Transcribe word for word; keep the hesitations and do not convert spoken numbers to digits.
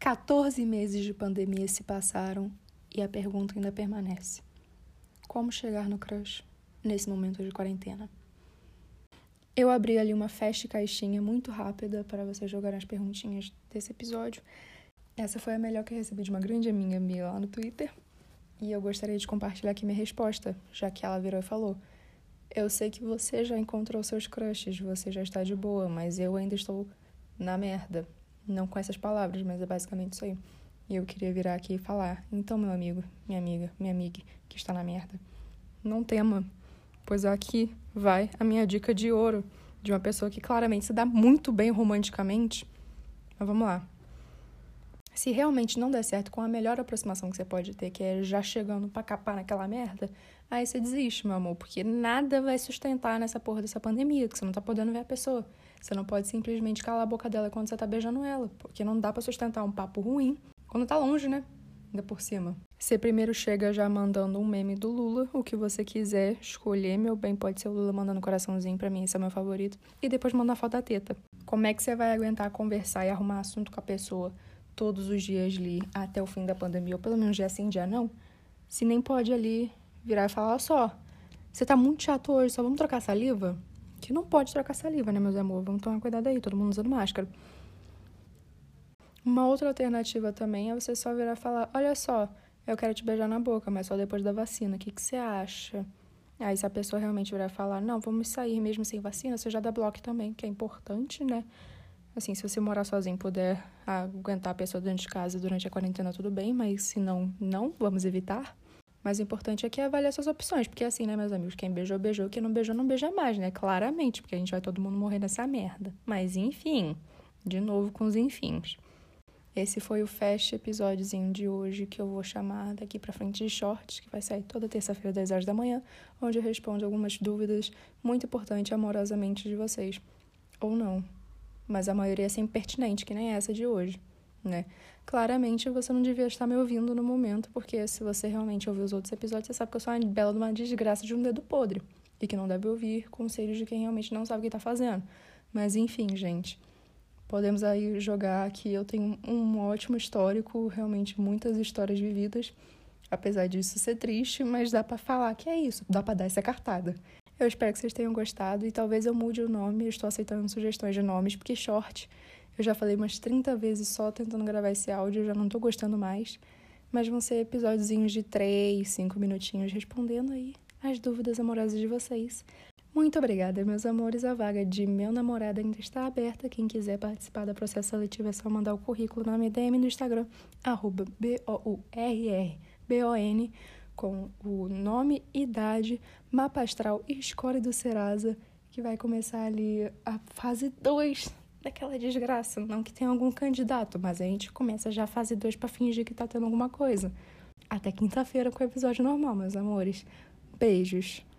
quatorze meses de pandemia se passaram e a pergunta ainda permanece. Como chegar no crush nesse momento de quarentena? Eu abri ali uma fast caixinha muito rápida para vocês jogarem as perguntinhas desse episódio. Essa foi a melhor que eu recebi de uma grande amiga minha lá no Twitter. E eu gostaria de compartilhar aqui minha resposta, já que ela virou e falou: eu sei que você já encontrou seus crushes, você já está de boa, mas eu ainda estou na merda. Não com essas palavras, mas é basicamente isso aí. E eu queria virar aqui e falar: então, meu amigo, minha amiga, minha amiga que está na merda, não tema, pois aqui vai a minha dica de ouro de uma pessoa que claramente se dá muito bem romanticamente. Mas vamos lá. Se realmente não der certo com a melhor aproximação que você pode ter, que é já chegando pra capar naquela merda, aí você desiste, meu amor, porque nada vai sustentar nessa porra dessa pandemia, que você não tá podendo ver a pessoa. Você não pode simplesmente calar a boca dela quando você tá beijando ela, porque não dá pra sustentar um papo ruim quando tá longe, né? Ainda por cima. Você primeiro chega já mandando um meme do Lula, o que você quiser escolher, meu bem, pode ser o Lula mandando coraçãozinho pra mim, esse é o meu favorito, e depois manda a foto da teta. Como é que você vai aguentar conversar e arrumar assunto com a pessoa todos os dias ali até o fim da pandemia, ou pelo menos dia sim, dia não, se nem pode ali virar e falar: ó só, você tá muito chato hoje, só vamos trocar saliva? Que não pode trocar saliva, né, meus amores? Vamos tomar cuidado aí, todo mundo usando máscara. Uma outra alternativa também é você só virar e falar: olha só, eu quero te beijar na boca, mas só depois da vacina, o que, que você acha? Aí se a pessoa realmente virar e falar: não, vamos sair mesmo sem vacina, você já dá bloco também, que é importante, né? Assim, se você morar sozinho e puder aguentar a pessoa dentro de casa durante a quarentena, tudo bem, mas se não, não, vamos evitar. Mas o importante é que avalie suas opções, porque assim, né, meus amigos, quem beijou, beijou, quem não beijou, não beija mais, né, claramente, porque a gente vai todo mundo morrer nessa merda. Mas enfim, de novo com os enfins. Esse foi o fast episódiozinho de hoje, que eu vou chamar daqui pra frente de shorts, que vai sair toda terça-feira, dez horas da manhã, onde eu respondo algumas dúvidas muito importantes amorosamente de vocês. Ou não. Mas a maioria é sempre pertinente, que nem essa de hoje, né? Claramente você não devia estar me ouvindo no momento, porque se você realmente ouviu os outros episódios, você sabe que eu sou uma bela de uma desgraça de um dedo podre, e que não deve ouvir conselhos de quem realmente não sabe o que tá fazendo. Mas enfim, gente, podemos aí jogar aqui. Eu tenho um ótimo histórico, realmente muitas histórias vividas, apesar disso ser triste, mas dá pra falar que é isso, dá pra dar essa cartada. Eu espero que vocês tenham gostado e talvez eu mude o nome. Eu estou aceitando sugestões de nomes, porque short eu já falei umas trinta vezes só tentando gravar esse áudio, eu já não tô gostando mais. Mas vão ser episódiozinhos de três, cinco minutinhos respondendo aí as dúvidas amorosas de vocês. Muito obrigada, meus amores. A vaga de meu namorado ainda está aberta. Quem quiser participar da processo seletivo é só mandar o currículo na minha D M no Instagram, arroba B O U R R B O N, com o nome, idade, mapa astral e score do Serasa, que vai começar ali a fase dois daquela desgraça. Não que tenha algum candidato, mas a gente começa já a fase dois pra fingir que tá tendo alguma coisa. Até quinta-feira com o episódio normal, meus amores. Beijos.